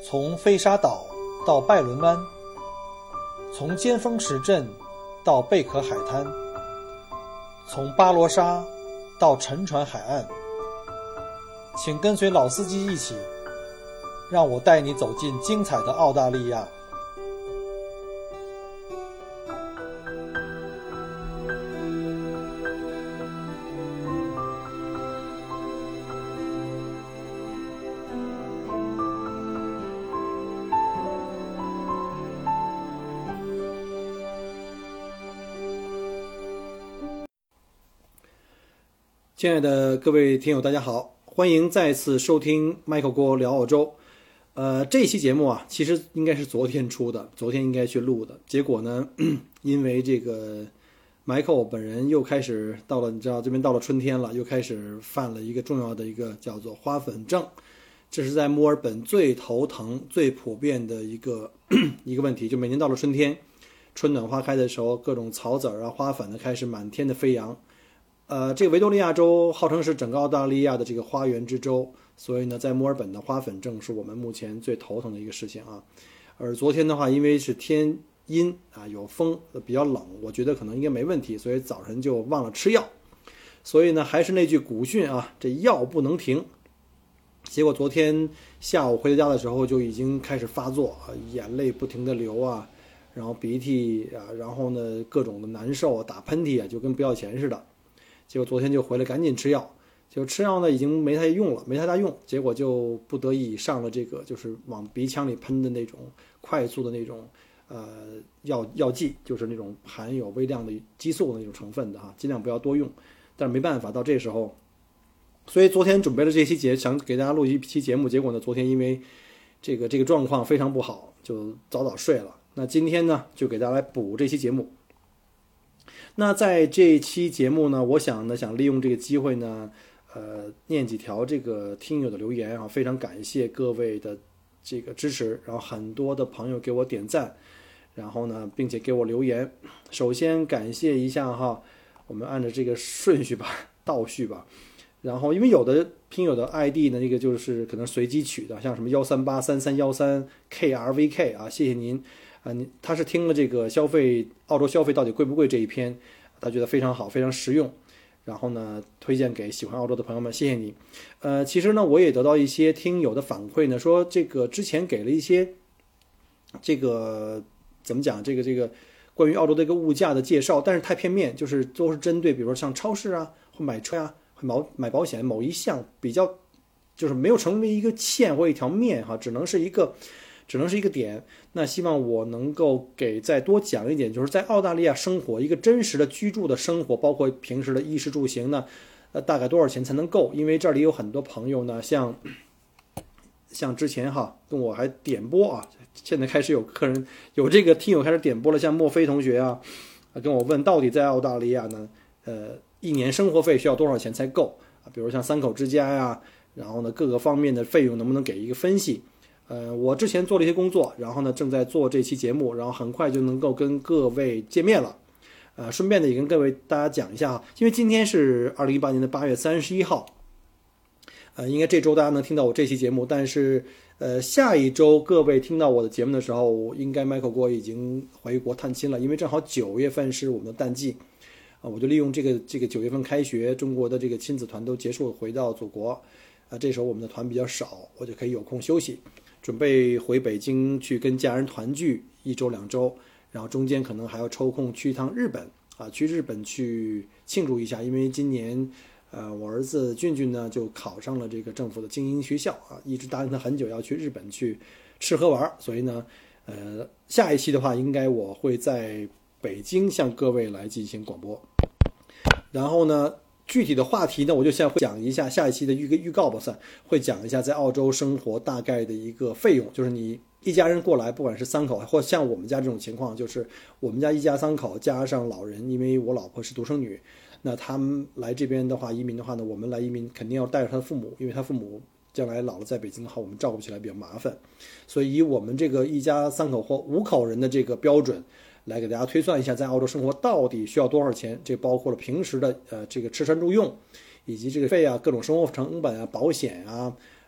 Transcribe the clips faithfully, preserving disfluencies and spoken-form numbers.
从飞沙岛到拜伦湾，从尖峰石镇到贝壳海滩，从巴罗沙到沉船海岸，请跟随老司机一起，让我带你走进精彩的澳大利亚。亲爱的各位听友大家好，欢迎再次收听 Michael 郭聊澳洲。呃，这期节目啊，其实应该是昨天出的，昨天应该去录的，结果呢，因为这个 Michael 本人又开始到了，你知道这边到了春天了，又开始犯了一个重要的一个叫做花粉症，这是在墨尔本最头疼、最普遍的一个一个问题。就每年到了春天，春暖花开的时候，各种草籽啊、花粉呢开始满天的飞扬。呃，这个维多利亚州号称是整个澳大利亚的这个花园之州，所以呢，在墨尔本的花粉症是我们目前最头疼的一个事情啊。而昨天的话，因为是天阴啊，有风，比较冷，我觉得可能应该没问题，所以早晨就忘了吃药。所以呢，还是那句古训啊，这药不能停。结果昨天下午回到家的时候就已经开始发作啊，眼泪不停的流啊，然后鼻涕啊，然后呢各种的难受，打喷嚏啊，就跟不要钱似的。结果昨天就回来赶紧吃药，就吃药呢已经没太用了，没太大用，结果就不得已上了这个就是往鼻腔里喷的那种快速的那种呃药药剂，就是那种含有微量的激素的那种成分的哈，尽量不要多用。但是没办法，到这时候，所以昨天准备了这期节，想给大家录一期节目，结果呢昨天因为这个这个状况非常不好，就早早睡了。那今天呢就给大家来补这期节目。那在这期节目呢，我想呢，想利用这个机会呢，呃，念几条这个听友的留言啊，非常感谢各位的这个支持，然后很多的朋友给我点赞，然后呢，并且给我留言。首先感谢一下哈，我们按照这个顺序吧，倒序吧。然后因为有的听友的 I D 呢，那个就是可能随机取的，像什么幺三八三三幺三 K R V K 啊，谢谢您。啊，你他是听了这个消费澳洲消费到底贵不贵这一篇，他觉得非常好，非常实用，然后呢推荐给喜欢澳洲的朋友们，谢谢你。呃，其实呢我也得到一些听友的反馈呢，说这个之前给了一些这个怎么讲，这个这个关于澳洲的一个物价的介绍，但是太片面，就是都是针对比如说像超市啊或买车啊买买保险某一项比较，就是没有成为一个线或一条面哈，只能是一个。只能是一个点，那希望我能够给再多讲一点，就是在澳大利亚生活一个真实的居住的生活，包括平时的衣食住行呢，呃，大概多少钱才能够？因为这里有很多朋友呢，像像之前哈跟我还点播啊，现在开始有客人有这个听友开始点播了，像莫非同学啊，跟我问到底在澳大利亚呢，呃，一年生活费需要多少钱才够啊？比如像三口之家呀，然后呢各个方面的费用能不能给一个分析？呃，我之前做了一些工作，然后呢，正在做这期节目，然后很快就能够跟各位见面了。呃，顺便的也跟各位大家讲一下啊，因为今天是二零一八年的八月三十一号，呃，应该这周大家能听到我这期节目，但是呃，下一周各位听到我的节目的时候，应该 Michael 郭已经回国探亲了，因为正好九月份是我们的淡季，啊、呃，我就利用这个这个九月份开学，中国的这个亲子团都结束，回到祖国，啊、呃，这时候我们的团比较少，我就可以有空休息。准备回北京去跟家人团聚一周两周，然后中间可能还要抽空去一趟日本啊，去日本去庆祝一下，因为今年，呃，我儿子俊俊呢就考上了这个政府的精英学校啊，一直答应他很久要去日本去吃喝玩，所以呢，呃，下一期的话应该我会在北京向各位来进行广播，然后呢。具体的话题呢，我就先会讲一下下一期的预预告吧，算会讲一下在澳洲生活大概的一个费用，就是你一家人过来，不管是三口，或像我们家这种情况，就是我们家一家三口加上老人，因为我老婆是独生女，那他们来这边的话，移民的话呢，我们来移民肯定要带着他的父母，因为他父母将来老了在北京的话，我们照顾起来比较麻烦，所以以我们这个一家三口或五口人的这个标准。来给大家推算一下，在澳洲生活到底需要多少钱？这包括了平时的呃这个吃穿住用，以及这个费啊，各种生活成本啊，保险啊，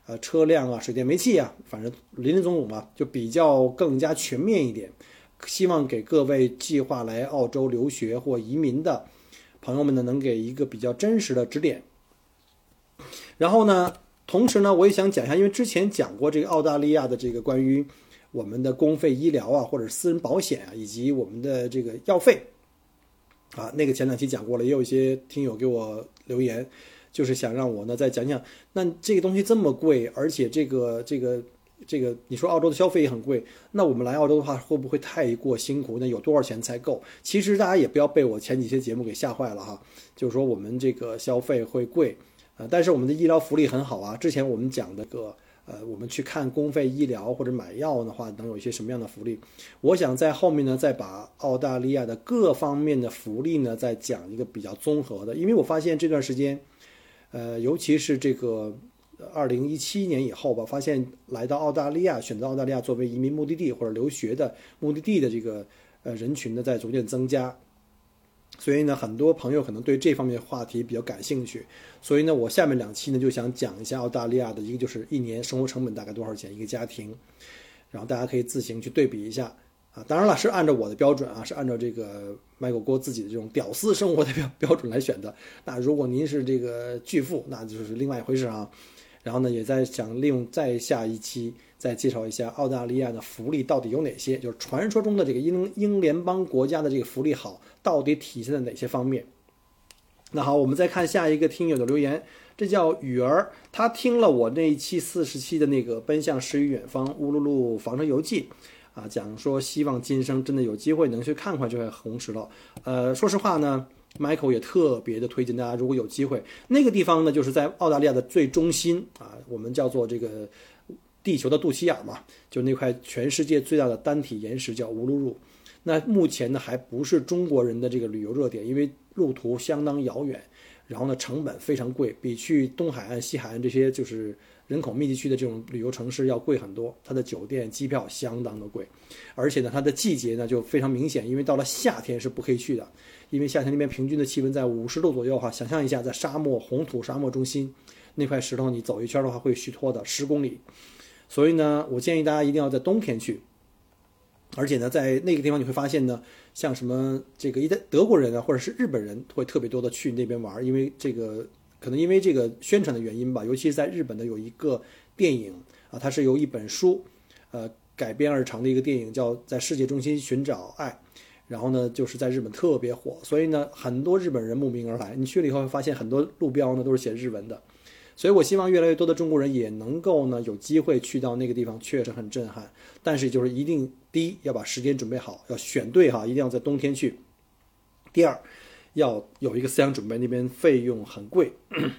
呃车辆啊、水电煤气啊，反正林林总总吧，就比较更加全面一点。希望给各位计划来澳洲留学或移民的朋友们呢，能给一个比较真实的指点。然后呢，同时呢，我也想讲一下，因为之前讲过这个澳大利亚的这个关于我们的公费医疗啊，或者私人保险啊，以及我们的这个药费啊，那个前两期讲过了，也有一些听友给我留言，就是想让我呢再讲讲，那这个东西这么贵，而且这个这个这个你说澳洲的消费也很贵，那我们来澳洲的话会不会太过辛苦？那有多少钱才够？其实大家也不要被我前几期节目给吓坏了哈，就是说我们这个消费会贵。呃，但是我们的医疗福利很好啊。之前我们讲的个，呃，我们去看公费医疗或者买药的话，能有一些什么样的福利？我想在后面呢，再把澳大利亚的各方面的福利呢，再讲一个比较综合的。因为我发现这段时间，呃，尤其是这个二零一七年以后吧，发现来到澳大利亚，选择澳大利亚作为移民目的地或者留学的目的地的这个呃人群呢，在逐渐增加。所以呢，很多朋友可能对这方面话题比较感兴趣，所以呢，我下面两期呢就想讲一下澳大利亚的一个就是一年生活成本大概多少钱一个家庭，然后大家可以自行去对比一下啊。当然了，是按照我的标准啊，是按照这个麦狗锅自己的这种屌丝生活的标标准来选的。那如果您是这个巨富，那就是另外一回事啊。然后呢，也在想利用再下一期再介绍一下澳大利亚的福利到底有哪些，就是传说中的这个英英联邦国家的这个福利好，到底体现在哪些方面。那好，我们再看下一个听友的留言，这叫雨儿，他听了我那一期四十期的那个奔向诗与远方乌鲁鲁房车游记啊，讲说希望今生真的有机会能去看看这块红石头。呃，说实话呢，Michael 也特别的推荐大家，如果有机会，那个地方呢，就是在澳大利亚的最中心啊，我们叫做这个地球的肚脐眼嘛，就那块全世界最大的单体岩石叫乌鲁鲁。那目前呢，还不是中国人的这个旅游热点，因为路途相当遥远，然后呢，成本非常贵，比去东海岸、西海岸这些就是人口密集区的这种旅游城市要贵很多。它的酒店、机票相当的贵，而且呢，它的季节呢就非常明显，因为到了夏天是不可以去的。因为夏天那边平均的气温在五十度左右哈，想象一下，在沙漠红土沙漠中心那块石头，你走一圈的话会虚脱的十公里。所以呢，我建议大家一定要在冬天去。而且呢，在那个地方你会发现呢，像什么这个一旦德国人啊，或者是日本人会特别多的去那边玩，因为这个可能因为这个宣传的原因吧，尤其是在日本的有一个电影啊，它是由一本书呃改编而成的一个电影，叫《在世界中心寻找爱》。然后呢，就是在日本特别火，所以呢，很多日本人慕名而来。你去了以后，会发现很多路标呢都是写日文的。所以我希望越来越多的中国人也能够呢有机会去到那个地方，确实很震撼。但是就是一定，第一要把时间准备好，要选对哈，一定要在冬天去。第二，要有一个思想准备，那边费用很贵。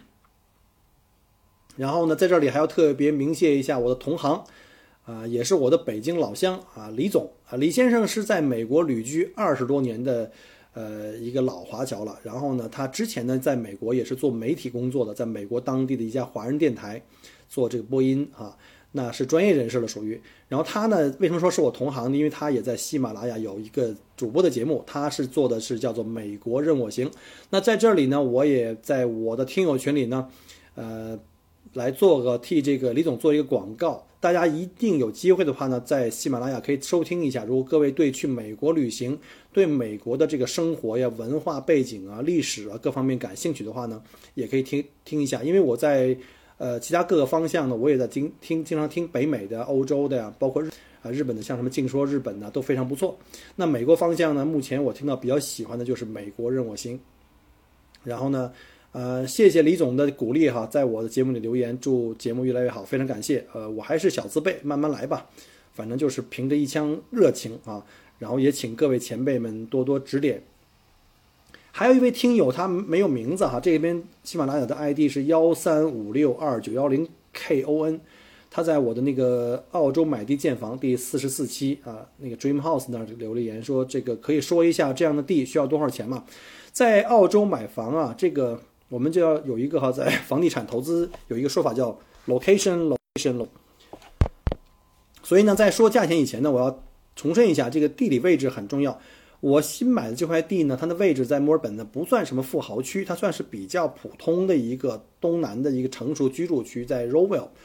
然后呢，在这里还要特别鸣谢一下我的同行。啊，也是我的北京老乡啊，李总啊，李先生是在美国旅居二十多年的，呃，一个老华侨了。然后呢，他之前呢，在美国也是做媒体工作的，在美国当地的一家华人电台做这个播音啊，那是专业人士了属于。然后他呢，为什么说是我同行呢？因为他也在喜马拉雅有一个主播的节目，他是做的是叫做《美国任我行》。那在这里呢，我也在我的听友群里呢，呃，来做个替这个李总做一个广告。大家一定有机会的话呢，在喜马拉雅可以收听一下。如果各位对去美国旅行，对美国的这个生活呀、文化背景啊、历史啊各方面感兴趣的话呢，也可以听听一下。因为我在呃其他各个方向呢，我也在听听经常听北美的、欧洲的呀，包括日啊日本的，像什么静说日本呢，都非常不错。那美国方向呢，目前我听到比较喜欢的就是美国任我行。然后呢，呃，谢谢李总的鼓励哈，在我的节目里留言，祝节目越来越好，非常感谢。呃，我还是小字辈，慢慢来吧，反正就是凭着一腔热情啊，然后也请各位前辈们多多指点。还有一位听友他没有名字哈，这边喜马拉雅的 I D 是幺三五六二九幺零 K O N， 他在我的那个澳洲买地建房第四十四期啊，那个 Dream House 那儿留了言说，这个可以说一下这样的地需要多少钱吗？在澳洲买房啊，这个我们就要有一个哈，在房地产投资有一个说法叫 location location。所以呢，在说价钱以前呢，我要重申一下，这个地理位置很重要。我新买的这块地呢，它的位置在墨尔本呢，不算什么富豪区，它算是比较普通的一个东南的一个成熟居住区，在 Rowell。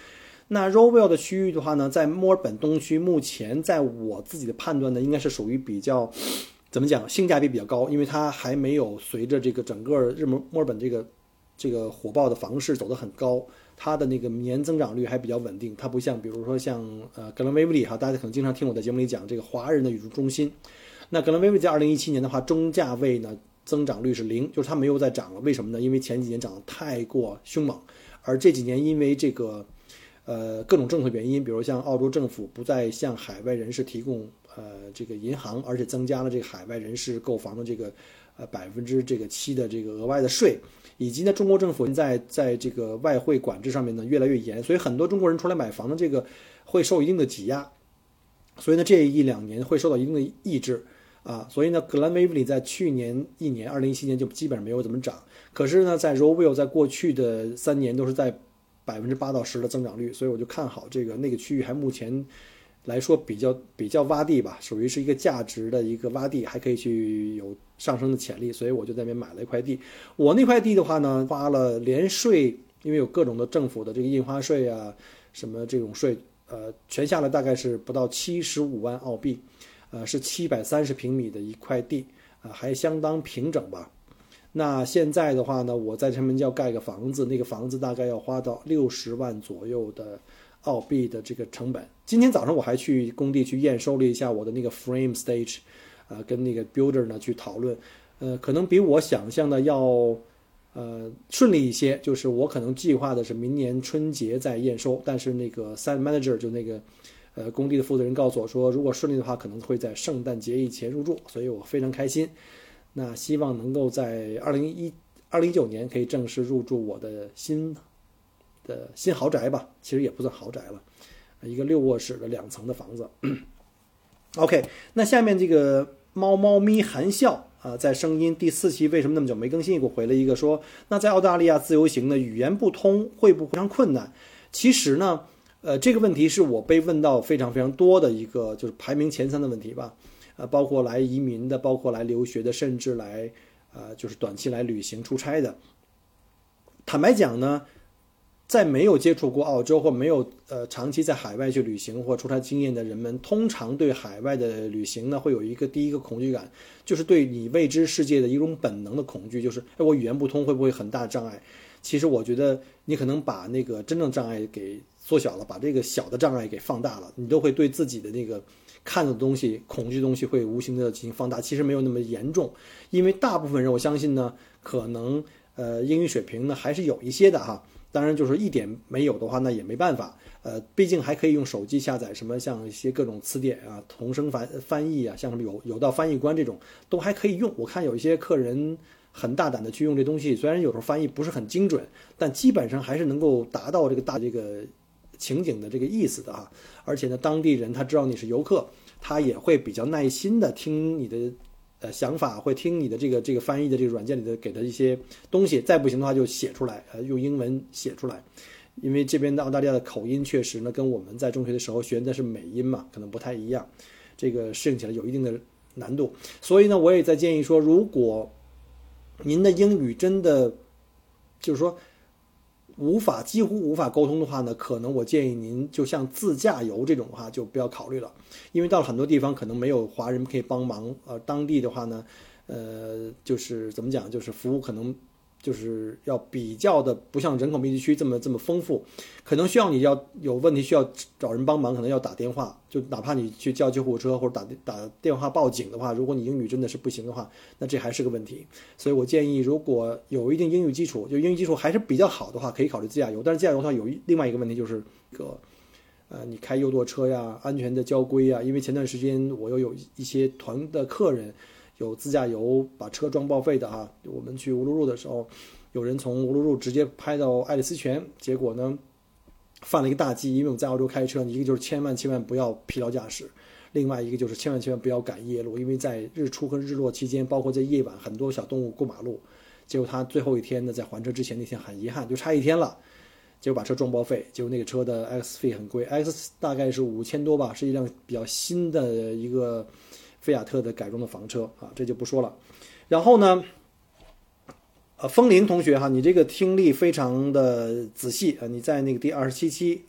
那 Rowville 的区域的话呢，在墨尔本东区，目前在我自己的判断呢，应该是属于比较怎么讲，性价比比较高，因为它还没有随着这个整个日墨墨尔本这个这个火爆的房市走得很高，它的那个年增长率还比较稳定，它不像比如说像呃格伦威弗利哈，大家可能经常听我在节目里讲这个华人的语住中心。那格伦威弗利在二零一七年的话，中价位呢增长率是零，就是它没有再涨了。为什么呢？因为前几年涨得太过凶猛，而这几年因为这个呃各种政策原因，比如像澳洲政府不再向海外人士提供呃这个银行，而且增加了这个海外人士购房的这个呃百分之这个七的这个额外的税，以及呢中国政府在在这个外汇管制上面呢越来越严，所以很多中国人出来买房的这个会受一定的挤压，所以呢这一两年会受到一定的抑制。啊，所以呢，格兰威弗利在去年一年，二零一七年就基本上没有怎么涨。可是呢，在 Rowville 在过去的三年都是在百分之八到十的增长率，所以我就看好这个那个区域还目前来说比较比较洼地吧，属于是一个价值的一个洼地，还可以去有上升的潜力，所以我就在那边买了一块地。我那块地的话呢，花了连税，因为有各种的政府的这个印花税啊，什么这种税，呃，全下来大概是不到七十五万澳币。呃，是七百三十平米的一块地，啊、呃，还相当平整吧。那现在的话呢，我在上面要盖个房子，那个房子大概要花到六十万左右的澳币的这个成本。今天早上我还去工地去验收了一下我的那个 frame stage， 呃，跟那个 builder 呢去讨论，呃，可能比我想象的要呃顺利一些。就是我可能计划的是明年春节再验收，但是那个 site manager 就那个。呃，工地的负责人告诉我说，如果顺利的话，可能会在圣诞节以前入住，所以我非常开心。那希望能够在二零一二零一九年可以正式入住我的新的新豪宅吧，其实也不算豪宅了，一个六卧室的两层的房子。OK， 那下面这个猫猫咪含笑啊、呃，在声音第四期为什么那么久没更新，给我回了一个说，那在澳大利亚自由行的语言不通会不会非常困难？其实呢。呃，这个问题是我被问到非常非常多的一个，就是排名前三的问题吧。呃，包括来移民的，包括来留学的，甚至来呃，就是短期来旅行出差的。坦白讲呢，在没有接触过澳洲或没有呃长期在海外去旅行或出差经验的人们，通常对海外的旅行呢，会有一个第一个恐惧感，就是对你未知世界的一种本能的恐惧，就是哎，我语言不通会不会很大障碍？其实我觉得你可能把那个真正障碍给缩小了，把这个小的障碍给放大了，你都会对自己的那个看到的东西、恐惧的东西会无形的进行放大。其实没有那么严重，因为大部分人我相信呢，可能呃英语水平呢还是有一些的哈。当然就是一点没有的话，那也没办法。呃，毕竟还可以用手机下载什么像一些各种词典啊、同声翻翻译啊，像什么有有道翻译官这种都还可以用。我看有一些客人很大胆的去用这东西，虽然有时候翻译不是很精准，但基本上还是能够达到这个大这个情景的这个意思的啊。而且呢，当地人他知道你是游客，他也会比较耐心的听你的呃想法，会听你的这个这个翻译的这个软件里的给的一些东西，再不行的话就写出来，呃，用英文写出来。因为这边的澳大利亚的口音确实呢，跟我们在中学的时候学的是美音嘛，可能不太一样，这个适应起来有一定的难度。所以呢，我也在建议说，如果您的英语真的就是说无法几乎无法沟通的话呢，可能我建议您就像自驾游这种的话就不要考虑了，因为到了很多地方可能没有华人可以帮忙，呃，当地的话呢，呃，就是怎么讲，就是服务可能就是要比较的不像人口密集区这么这么丰富，可能需要你要有问题需要找人帮忙，可能要打电话，就哪怕你去叫救护车或者打打电话报警的话，如果你英语真的是不行的话，那这还是个问题。所以我建议，如果有一定英语基础，就英语基础还是比较好的话，可以考虑自驾游。但是自驾游的话，有另外一个问题就是个。呃，你开右舵车呀，安全的交规呀，因为前段时间我又有一些团的客人有自驾游把车装报废的哈，我们去乌鲁鲁的时候，有人从乌鲁鲁直接拍到爱丽丝泉，结果呢犯了一个大忌，因为我们在澳洲开车，一个就是千万千万不要疲劳驾驶，另外一个就是千万千万不要赶夜路，因为在日出和日落期间，包括在夜晚，很多小动物过马路，结果他最后一天呢，在还车之前那天很遗憾，就差一天了。结果把车撞报废，结果那个车的 X 费很贵 ，X 大概是五千多吧，是一辆比较新的一个菲亚特的改装的房车啊，这就不说了。然后呢，呃，风铃同学哈，你这个听力非常的仔细啊，你在那个第二十七期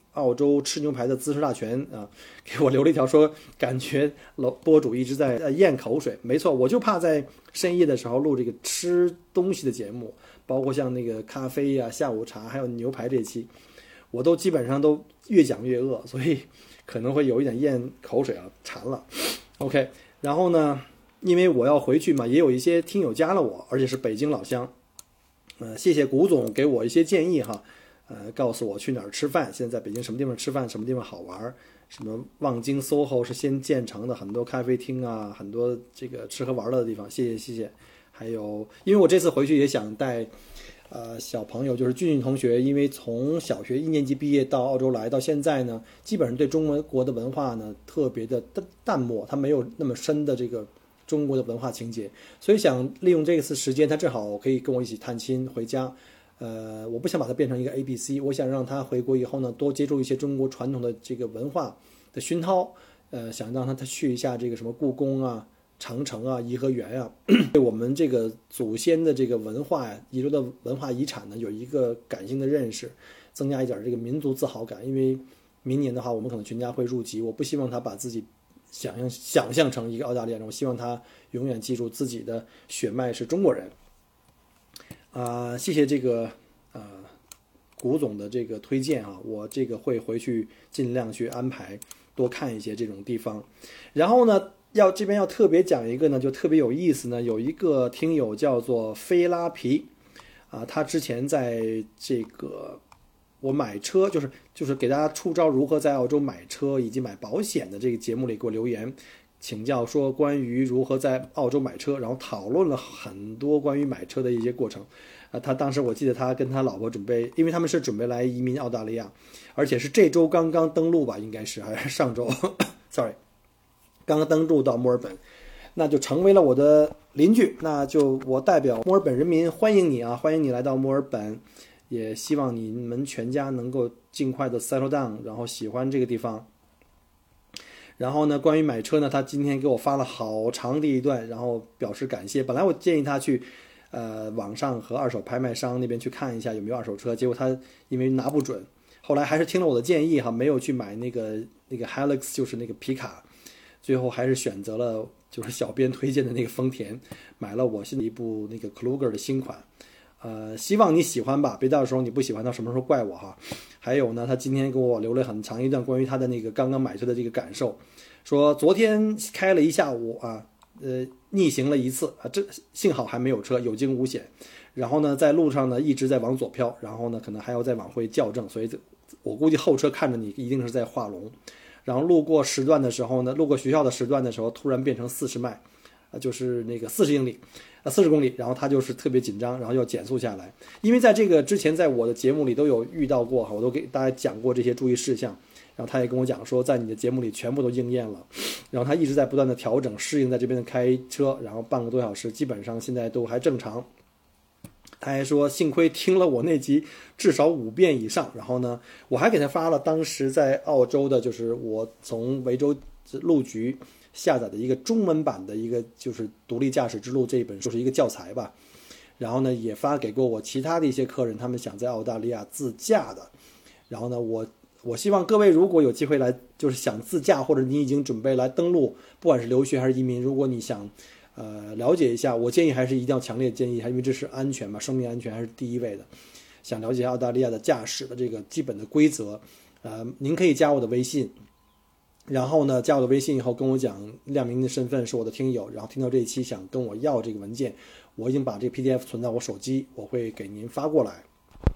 澳洲吃牛排的姿势大全啊，给我留了一条说，感觉老播主一直在呃咽口水。没错，我就怕在深夜的时候录这个吃东西的节目，包括像那个咖啡呀、啊、下午茶还有牛排这期，我都基本上都越讲越饿，所以可能会有一点咽口水啊，馋了。OK， 然后呢，因为我要回去嘛，也有一些听友加了我，而且是北京老乡。呃，谢谢古总给我一些建议哈。呃，告诉我去哪儿吃饭，现在在北京什么地方吃饭，什么地方好玩，什么望京 S O H O 是先建成的，很多咖啡厅啊，很多这个吃喝玩乐的地方，谢谢谢谢。还有，因为我这次回去也想带呃小朋友，就是俊俊同学，因为从小学一年级毕业到澳洲来到现在呢，基本上对中国的文化呢特别的淡漠，他没有那么深的这个中国的文化情节，所以想利用这次时间，他正好可以跟我一起探亲回家。呃，我不想把它变成一个 A B C， 我想让他回国以后呢，多接触一些中国传统的这个文化的熏陶。呃，想让他他去一下这个什么故宫啊、长城啊、颐和园啊，对我们这个祖先的这个文化呀、遗留的文化遗产呢，有一个感性的认识，增加一点这个民族自豪感。因为明年的话，我们可能全家会入籍，我不希望他把自己想象想象成一个澳大利亚人，我希望他永远记住自己的血脉是中国人。啊、呃，谢谢这个呃古总的这个推荐啊，我这个会回去尽量去安排多看一些这种地方。然后呢，要这边要特别讲一个呢，就特别有意思呢，有一个听友叫做菲拉皮啊，他之前在这个我买车，就是就是给大家出招如何在澳洲买车以及买保险的这个节目里给我留言。请教说关于如何在澳洲买车，然后讨论了很多关于买车的一些过程。啊，他当时我记得他跟他老婆准备，因为他们是准备来移民澳大利亚，而且是这周刚刚登陆吧，应该是还是上周，sorry， 刚刚登陆到墨尔本，那就成为了我的邻居。那就我代表墨尔本人民欢迎你啊，欢迎你来到墨尔本，也希望你们全家能够尽快的 settle down， 然后喜欢这个地方。然后呢，关于买车呢，他今天给我发了好长的一段，然后表示感谢。本来我建议他去，呃，网上和二手拍卖商那边去看一下有没有二手车，结果他因为拿不准，后来还是听了我的建议哈，没有去买那个那个 Hilux， 就是那个皮卡，最后还是选择了就是小编推荐的那个丰田，买了我新的一部那个 Kluger 的新款。呃，希望你喜欢吧，别到时候你不喜欢到什么时候怪我哈。还有呢，他今天给我留了很长一段关于他的那个刚刚买车的这个感受，说昨天开了一下午啊，呃，逆行了一次啊，这幸好还没有车，有惊无险。然后呢，在路上呢一直在往左飘，然后呢可能还要再往回校正，所以我估计后车看着你一定是在画龙。然后路过时段的时候呢，路过学校的时段的时候，突然变成四十迈，啊，就是那个四十英里。啊，四十公里，然后他就是特别紧张，然后要减速下来。因为在这个之前，在我的节目里都有遇到过哈，我都给大家讲过这些注意事项。然后他也跟我讲说，在你的节目里全部都应验了。然后他一直在不断的调整适应在这边的开车，然后半个多小时，基本上现在都还正常。他还说，幸亏听了我那集至少五遍以上。然后呢，我还给他发了当时在澳洲的，就是我从维州路局下载的一个中文版的一个就是独立驾驶之路这一本书，是一个教材吧。然后呢，也发给过我其他的一些客人，他们想在澳大利亚自驾的。然后呢，我我希望各位如果有机会来，就是想自驾，或者你已经准备来登陆，不管是留学还是移民，如果你想呃了解一下，我建议还是一定要强烈建议，因为这是安全嘛，生命安全还是第一位的。想了解澳大利亚的驾驶的这个基本的规则，呃，您可以加我的微信。然后呢，加我的微信以后跟我讲，亮明的身份是我的听友，然后听到这一期想跟我要这个文件，我已经把这个 P D F 存到我手机，我会给您发过来。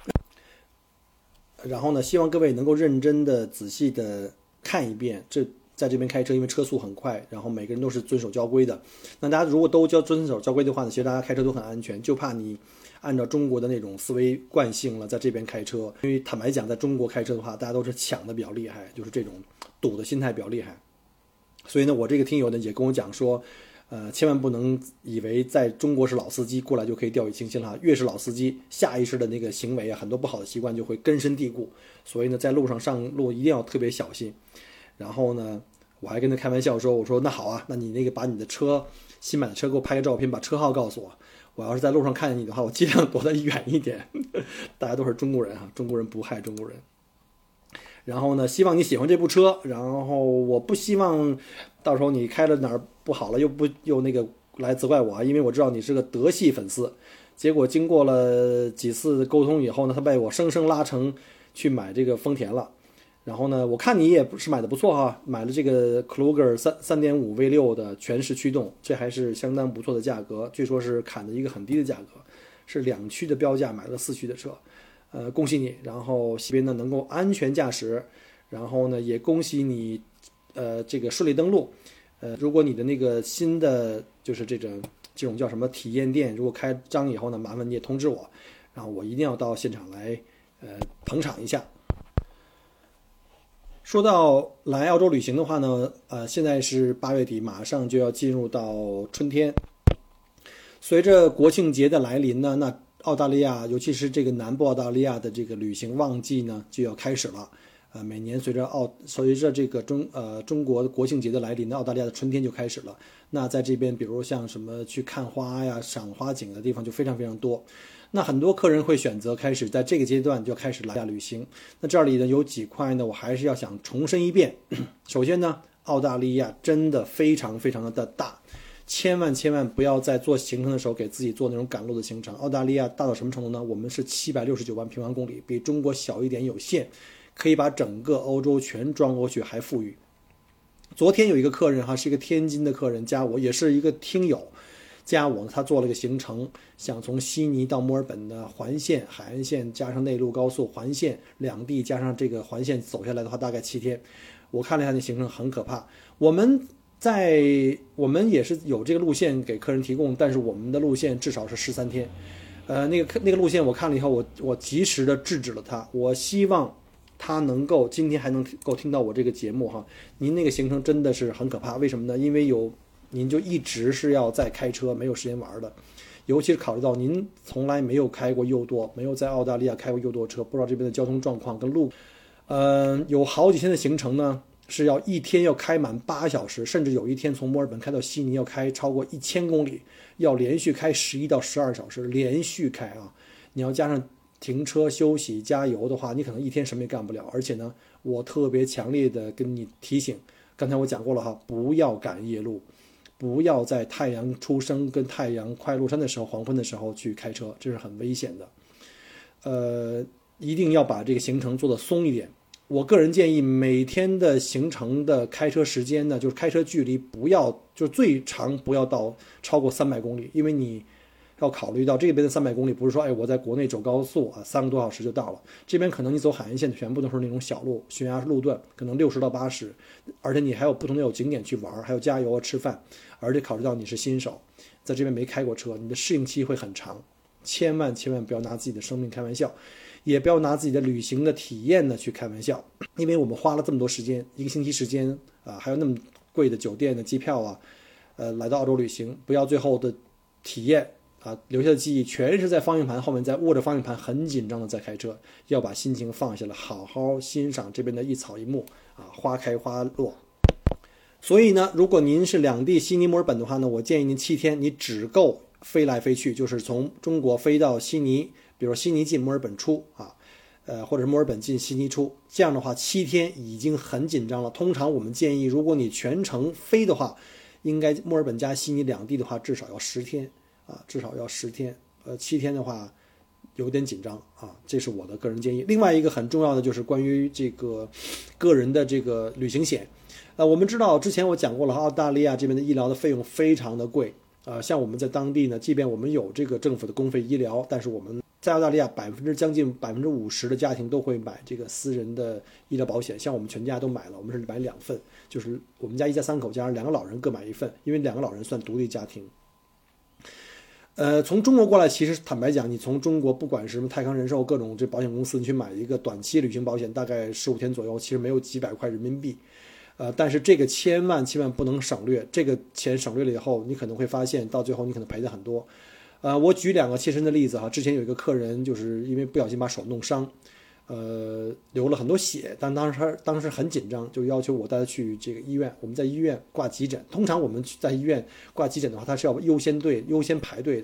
然后呢，希望各位能够认真的、仔细的看一遍。这在这边开车，因为车速很快，然后每个人都是遵守交规的。那大家如果都交遵守交规的话呢，其实大家开车都很安全，就怕你按照中国的那种思维惯性了，在这边开车。因为坦白讲，在中国开车的话，大家都是抢的比较厉害，就是这种赌的心态比较厉害。所以呢，我这个听友呢也跟我讲说，呃，千万不能以为在中国是老司机，过来就可以掉以轻心了。越是老司机，下意识的那个行为啊，很多不好的习惯就会根深蒂固。所以呢，在路上上路一定要特别小心。然后呢，我还跟他开玩笑说，我说那好啊，那你那个把你的车新买的车给我拍个照片，把车号告诉我。我要是在路上看见你的话，我尽量躲得远一点。大家都是中国人哈，中国人不害中国人。 然后呢，希望你喜欢这部车，然后我不希望到时候你开了哪儿不好了，又不又那个来责怪我啊，因为我知道你是个德系粉丝。结果经过了几次沟通以后呢，他被我生生拉成去买这个丰田了。然后呢，我看你也是买的不错哈，买了这个 Kluger 三三点五 V 六的全时驱动，这还是相当不错的价格，据说是砍的一个很低的价格，是两驱的标价买了四驱的车，呃，恭喜你。然后西边呢能够安全驾驶，然后呢也恭喜你，呃，这个顺利登陆。呃，如果你的那个新的就是这种这种叫什么体验店，如果开张以后呢，麻烦你也通知我，然后我一定要到现场来，呃，捧场一下。说到来澳洲旅行的话呢，呃，现在是八月底，马上就要进入到春天。随着国庆节的来临呢，那澳大利亚，尤其是这个南部澳大利亚的这个旅行旺季呢，就要开始了。呃，每年随着澳随着这个中呃中国的国庆节的来临呢，澳大利亚的春天就开始了。那在这边，比如像什么去看花呀、赏花景的地方就非常非常多。那很多客人会选择开始在这个阶段就开始来旅行。那这里呢有几块呢，我还是要想重申一遍。首先呢，澳大利亚真的非常非常的大，千万千万不要在做行程的时候给自己做那种赶路的行程。澳大利亚大到什么程度呢？我们是七百六十九万平方公里，比中国小一点有限，可以把整个欧洲全装过去还富裕。昨天有一个客人哈，是一个天津的客人加我，也是一个听友加我，他做了个行程，想从悉尼到墨尔本的环线、海岸线加上内陆高速环线两地加上这个环线走下来的话，大概七天。我看了一下那行程很可怕。我们在我们也是有这个路线给客人提供，但是我们的路线至少是十三天。呃，那个那个路线我看了以后，我我及时的制止了他。我希望他能够今天还能够听到我这个节目哈。您那个行程真的是很可怕，为什么呢？因为有您就一直是要在开车，没有时间玩的。尤其是考虑到您从来没有开过右舵，没有在澳大利亚开过右舵车，不知道这边的交通状况跟路。嗯、呃，有好几天的行程呢，是要一天要开满八小时，甚至有一天从墨尔本开到悉尼要开超过一千公里，要连续开十一到十二小时，连续开啊！你要加上停车休息加油的话，你可能一天什么也干不了。而且呢，我特别强烈的跟你提醒，刚才我讲过了哈，不要赶夜路。不要在太阳出生跟太阳快落山的时候，黄昏的时候去开车，这是很危险的。呃，一定要把这个行程做得松一点。我个人建议每天的行程的开车时间呢，就是开车距离不要，就最长不要到超过三百公里，因为你要考虑到这边的三百公里不是说，哎，我在国内走高速啊，三个多小时就到了。这边可能你走海岸线全部都是那种小路、悬崖路段，可能六十到八十，而且你还有不同的有景点去玩，还有加油啊、吃饭，而且考虑到你是新手，在这边没开过车，你的适应期会很长。千万千万不要拿自己的生命开玩笑，也不要拿自己的旅行的体验呢去开玩笑，因为我们花了这么多时间，一个星期时间啊，还有那么贵的酒店的机票啊，呃，来到澳洲旅行，不要最后的体验啊，留下的记忆全是在方向盘后面，在握着方向盘很紧张的在开车，要把心情放下来，好好欣赏这边的一草一木啊，花开花落。所以呢，如果您是两地悉尼、墨尔本的话呢，我建议您七天，你只够飞来飞去，就是从中国飞到悉尼，比如悉尼进墨尔本出啊，呃，或者是墨尔本进悉尼出，这样的话七天已经很紧张了。通常我们建议，如果你全程飞的话，应该墨尔本加悉尼两地的话，至少要十天啊，至少要十天。呃，七天的话有点紧张啊，这是我的个人建议。另外一个很重要的就是关于这个个人的这个旅行险。呃，我们知道之前我讲过了，澳大利亚这边的医疗的费用非常的贵。呃，像我们在当地呢，即便我们有这个政府的公费医疗，但是我们在澳大利亚百分之将近百分之五十的家庭都会买这个私人的医疗保险，像我们全家都买了，我们是买两份，就是我们家一家三口加上两个老人各买一份，因为两个老人算独立家庭。呃，从中国过来，其实坦白讲，你从中国不管是什么泰康人寿各种这保险公司，你去买一个短期旅行保险，大概十五天左右，其实没有几百块人民币。呃，但是这个千万千万不能省略，这个钱省略了以后，你可能会发现到最后你可能赔的很多。呃，我举两个切身的例子哈，之前有一个客人就是因为不小心把手弄伤，呃，流了很多血，但当时当时很紧张，就要求我带他去这个医院。我们在医院挂急诊，通常我们在医院挂急诊的话，他是要优先队优先排队的。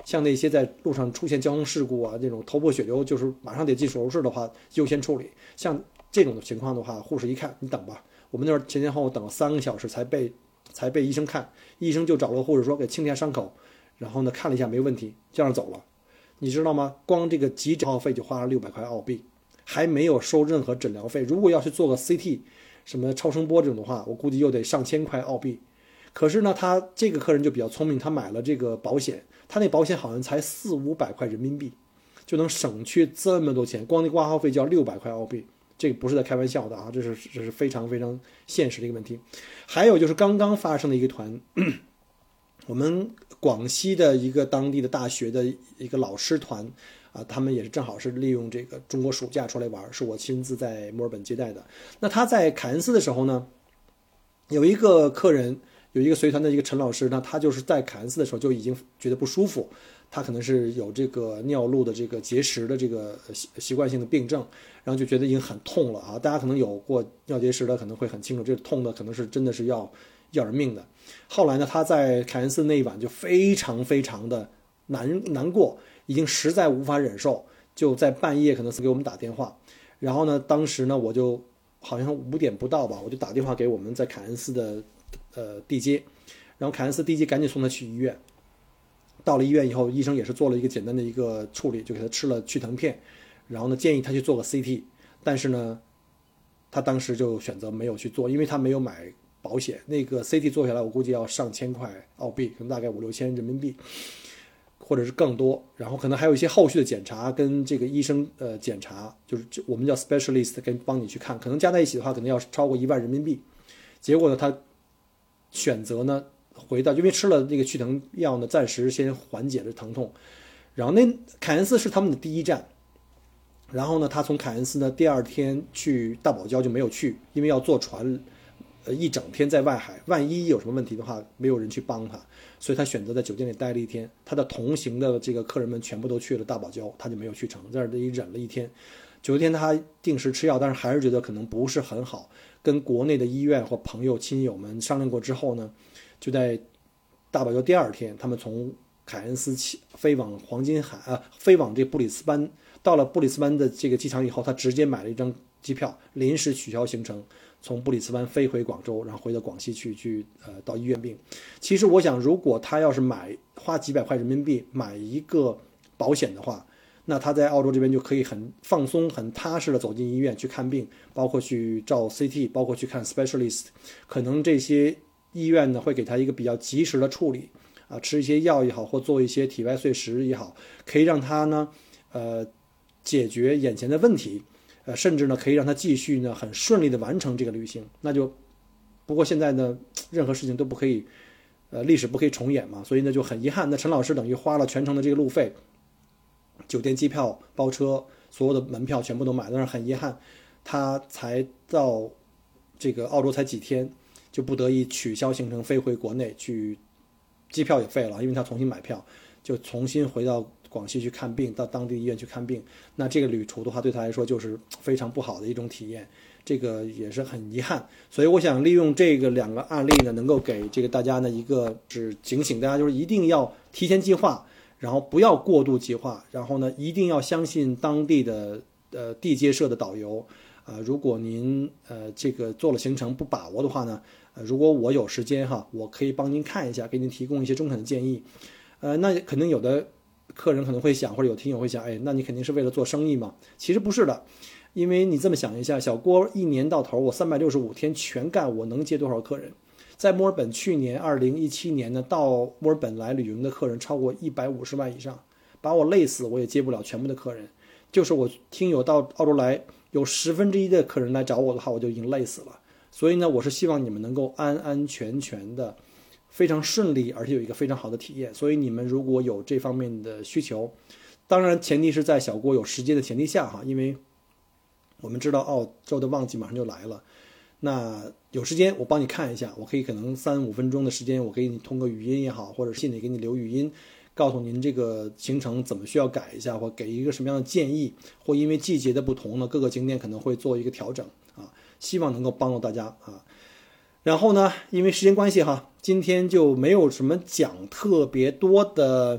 像那些在路上出现交通事故啊，这种头破血流，就是马上得进手术室的话，优先处理。像这种情况的话，护士一看，你等吧。我们那儿前前后后等了三个小时才被才被医生看，医生就找了护士说给清一下伤口，然后呢看了一下没问题，这样走了。你知道吗？光这个急诊耗费就花了六百块澳币，还没有收任何诊疗费。如果要去做个 C T， 什么超声波这种的话，我估计又得上千块澳币。可是呢，他这个客人就比较聪明，他买了这个保险，他那保险好像才四五百块人民币，就能省去这么多钱，光那挂号费就要六百块澳币。这个不是在开玩笑的啊，这是这是非常非常现实的一个问题。还有就是刚刚发生的一个团，我们广西的一个当地的大学的一个老师团啊，他们也是正好是利用这个中国暑假出来玩，是我亲自在墨尔本接待的。那他在凯恩斯的时候呢，有一个客人，有一个随团的一个陈老师呢，他就是在凯恩斯的时候就已经觉得不舒服，他可能是有这个尿路的这个结石的这个习习惯性的病症，然后就觉得已经很痛了啊。大家可能有过尿结石的可能会很清楚，这痛的可能是真的是要要人命的。后来呢，他在凯恩斯那一晚就非常非常的难难过，已经实在无法忍受，就在半夜可能是给我们打电话。然后呢，当时呢我就好像五点不到吧，我就打电话给我们在凯恩斯的呃地接，然后凯恩斯地接赶紧送他去医院。到了医院以后，医生也是做了一个简单的一个处理，就给他吃了去疼片，然后呢建议他去做个 C T， 但是呢他当时就选择没有去做，因为他没有买保险，那个 C T 做下来我估计要上千块澳币，可能大概五六千人民币或者是更多，然后可能还有一些后续的检查跟这个医生呃检查，就是我们叫 specialist 跟帮你去看，可能加在一起的话可能要超过一万人民币。结果呢他选择呢回到，因为吃了那个去疼药呢，暂时先缓解了疼痛。然后那凯恩斯是他们的第一站，然后呢，他从凯恩斯呢第二天去大堡礁就没有去，因为要坐船，呃，一整天在外海，万一有什么问题的话，没有人去帮他，所以他选择在酒店里待了一天。他的同行的这个客人们全部都去了大堡礁，他就没有去成，在这里忍了一天。九天他定时吃药，但是还是觉得可能不是很好，跟国内的医院或朋友亲友们商量过之后呢，就在大堡礁第二天，他们从凯恩斯飞往黄金海啊，飞往这布里斯班。到了布里斯班的这个机场以后，他直接买了一张机票，临时取消行程，从布里斯班飞回广州，然后回到广西去去呃到医院病。其实我想，如果他要是买花几百块人民币买一个保险的话，那他在澳洲这边就可以很放松、很踏实的走进医院去看病，包括去照 C T， 包括去看 specialist。可能这些医院呢会给他一个比较及时的处理啊，吃一些药也好，或做一些体外碎石也好，可以让他呢呃解决眼前的问题，呃甚至呢可以让他继续呢很顺利的完成这个旅行。那就不过现在呢任何事情都不可以呃历史不可以重演嘛，所以呢就很遗憾，那陈老师等于花了全程的这个路费，酒店、机票、包车，所有的门票全部都买，但是很遗憾，他才到这个澳洲才几天，就不得已取消行程，飞回国内去，机票也废了，因为他重新买票，就重新回到广西去看病，到当地医院去看病。那这个旅途的话，对他来说就是非常不好的一种体验，这个也是很遗憾。所以我想利用这个两个案例呢，能够给这个大家呢一个是警醒大家，就是一定要提前计划。然后不要过度计划，然后呢，一定要相信当地的呃地接社的导游啊、呃。如果您呃这个做了行程不把握的话呢，呃，如果我有时间哈，我可以帮您看一下，给您提供一些中肯的建议。呃，那可能有的客人可能会想，或者有听友会想，哎，那你肯定是为了做生意嘛？其实不是的，因为你这么想一下，小郭一年到头我三百六十五天全干，我能接多少客人？在墨尔本去年二零一七年呢，到墨尔本来旅游的客人超过一百五十万以上，把我累死，我也接不了全部的客人。就是我听友到澳洲来，有十分之一的客人来找我的话，我就已经累死了。所以呢，我是希望你们能够安安全全的，非常顺利，而且有一个非常好的体验。所以你们如果有这方面的需求，当然前提是在小郭有时间的前提下哈，因为我们知道澳洲的旺季马上就来了。那有时间我帮你看一下，我可以可能三五分钟的时间，我给你通过语音也好，或者信里给你留语音，告诉您这个行程怎么需要改一下，或给一个什么样的建议，或因为季节的不同呢，各个景点可能会做一个调整啊，希望能够帮助大家啊。然后呢，因为时间关系哈，今天就没有什么讲特别多的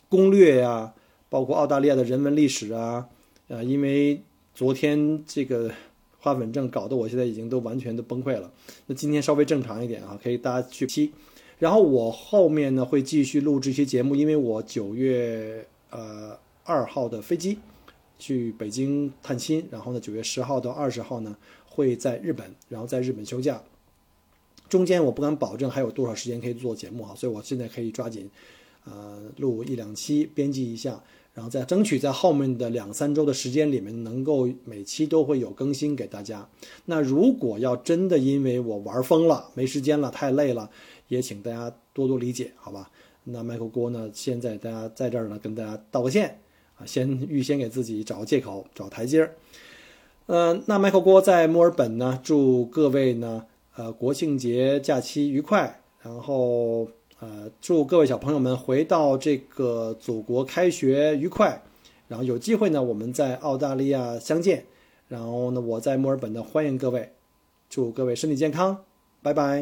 攻略呀、啊，包括澳大利亚的人文历史啊，呃，因为昨天这个花粉症搞得我现在已经都完全的崩溃了。那今天稍微正常一点啊，可以大家去批。然后我后面呢会继续录制一些节目，因为我九月呃二号的飞机去北京探亲，然后呢九月十号到二十号呢会在日本，然后在日本休假。中间我不敢保证还有多少时间可以做节目哈，所以我现在可以抓紧，呃，录一两期，编辑一下，然后再争取在后面的两三周的时间里面，能够每期都会有更新给大家。那如果要真的因为我玩疯了，没时间了，太累了，也请大家多多理解，好吧？那麦克锅呢，现在大家在这儿呢，跟大家道个歉啊，先预先给自己找个借口，找台阶儿。呃，那麦克锅在墨尔本呢，祝各位呢。呃，国庆节假期愉快，然后呃，祝各位小朋友们回到这个祖国开学愉快，然后有机会呢，我们在澳大利亚相见，然后呢，我在墨尔本呢欢迎各位，祝各位身体健康，拜拜。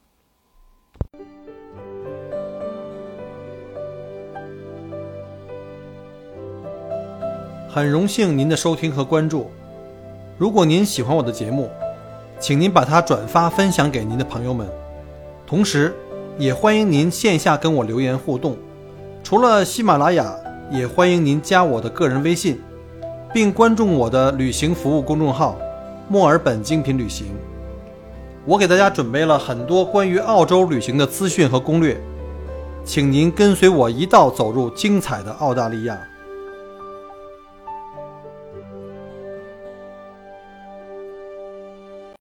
很荣幸您的收听和关注，如果您喜欢我的节目，请您把它转发分享给您的朋友们，同时也欢迎您线下跟我留言互动。除了喜马拉雅，也欢迎您加我的个人微信，并关注我的旅行服务公众号墨尔本精品旅行。我给大家准备了很多关于澳洲旅行的资讯和攻略，请您跟随我一道走入精彩的澳大利亚。